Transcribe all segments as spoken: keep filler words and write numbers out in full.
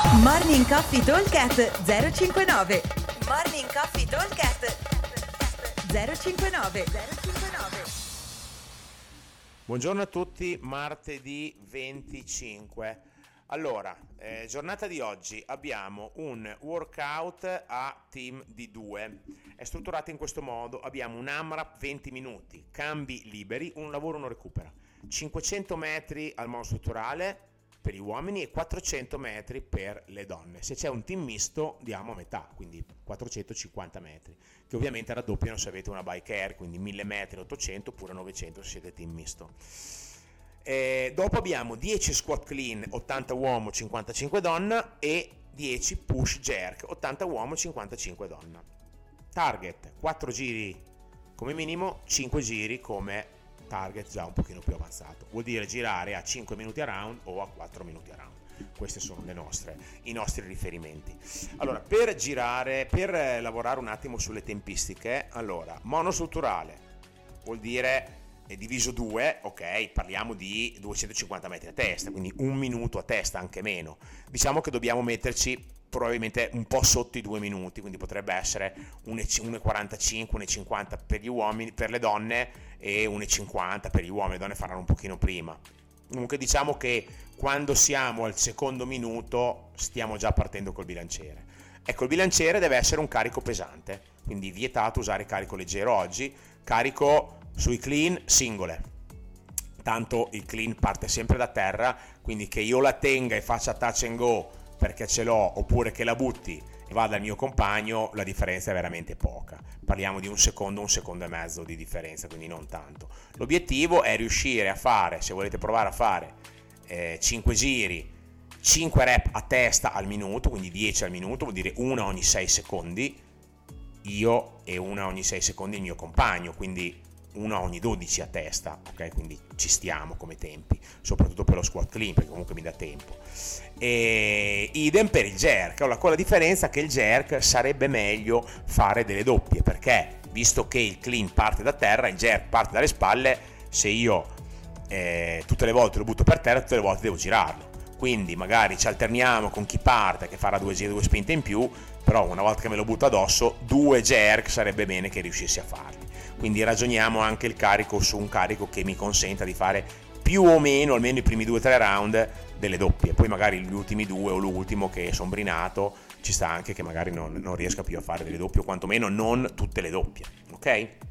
Morning Coffee Talkcast zero cinquantanove. Morning Coffee Talkcast zero cinquantanove. Buongiorno a tutti, martedì venticinque. Allora, eh, giornata di oggi abbiamo un workout a team di due. È strutturato in questo modo: abbiamo un AMRAP venti minuti, cambi liberi, un lavoro non recupera, cinquecento metri al monostrutturale per gli uomini e quattrocento metri per le donne. Se c'è un team misto diamo a metà, quindi quattrocentocinquanta metri, che ovviamente raddoppiano se avete una bike air, quindi mille metri, ottocento oppure novecento se siete team misto. E dopo abbiamo dieci squat clean, ottanta uomo, cinquantacinque donna, e dieci push jerk, ottanta uomo, cinquantacinque donna. Target quattro giri come minimo, cinque giri come target già un pochino più avanzato. Vuol dire girare a cinque minuti a round o a quattro minuti a round. Questi sono le nostre, i nostri riferimenti. Allora, per girare, per lavorare un attimo sulle tempistiche, allora, monostrutturale vuol dire è diviso due, ok, parliamo di duecentocinquanta metri a testa, quindi un minuto a testa, anche meno. Diciamo che dobbiamo metterci probabilmente un po' sotto i due minuti, quindi potrebbe essere uno e quarantacinque, uno e cinquanta per gli uomini, per le donne, e uno e cinquanta per gli uomini. Le donne faranno un pochino prima. Comunque diciamo che quando siamo al secondo minuto stiamo già partendo col bilanciere. Ecco, il bilanciere deve essere un carico pesante, quindi vietato usare carico leggero oggi. Carico sui clean singole, tanto il clean parte sempre da terra, quindi che io la tenga e faccia touch and go perché ce l'ho, oppure che la butti e vada al mio compagno, la differenza è veramente poca. Parliamo di un secondo, un secondo e mezzo di differenza, quindi non tanto. L'obiettivo è riuscire a fare, se volete provare a fare eh, cinque giri, cinque rep a testa al minuto, quindi dieci al minuto, vuol dire una ogni sei secondi io e una ogni sei secondi il mio compagno, quindi una ogni dodici a testa, ok? Quindi ci stiamo come tempi, soprattutto per lo squat clean, perché comunque mi dà tempo. E idem per il jerk. Allora, con la differenza che il jerk sarebbe meglio fare delle doppie, perché visto che il clean parte da terra, il jerk parte dalle spalle. Se io eh, tutte le volte lo butto per terra, tutte le volte devo girarlo, quindi magari ci alterniamo con chi parte, che farà due giri, due spinte in più, però una volta che me lo butto addosso, due jerk sarebbe bene che riuscissi a farli. Quindi ragioniamo anche il carico su un carico che mi consenta di fare più o meno, almeno i primi due o tre round, delle doppie. Poi magari gli ultimi due o l'ultimo che è sombrinato, ci sta anche che magari non, non riesca più a fare delle doppie, o quantomeno non tutte le doppie, ok?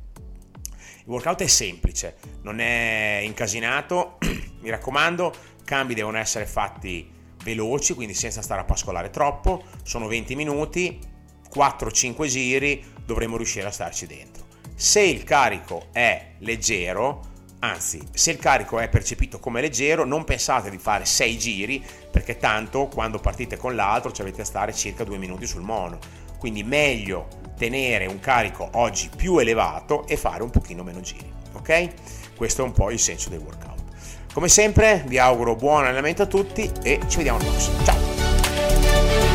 Il workout è semplice, non è incasinato, mi raccomando, cambi devono essere fatti veloci, quindi senza stare a pascolare troppo. Sono venti minuti, quattro cinque giri, dovremo riuscire a starci dentro. Se il carico è leggero, anzi, se il carico è percepito come leggero, non pensate di fare sei giri, perché tanto quando partite con l'altro ci avete a stare circa due minuti sul mono. Quindi meglio tenere un carico oggi più elevato e fare un pochino meno giri, ok? Questo è un po' il senso del workout. Come sempre vi auguro buon allenamento a tutti e ci vediamo al prossimo. Ciao!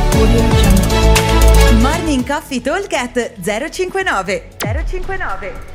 Morning Coffee Talkcast zero cinquantanove.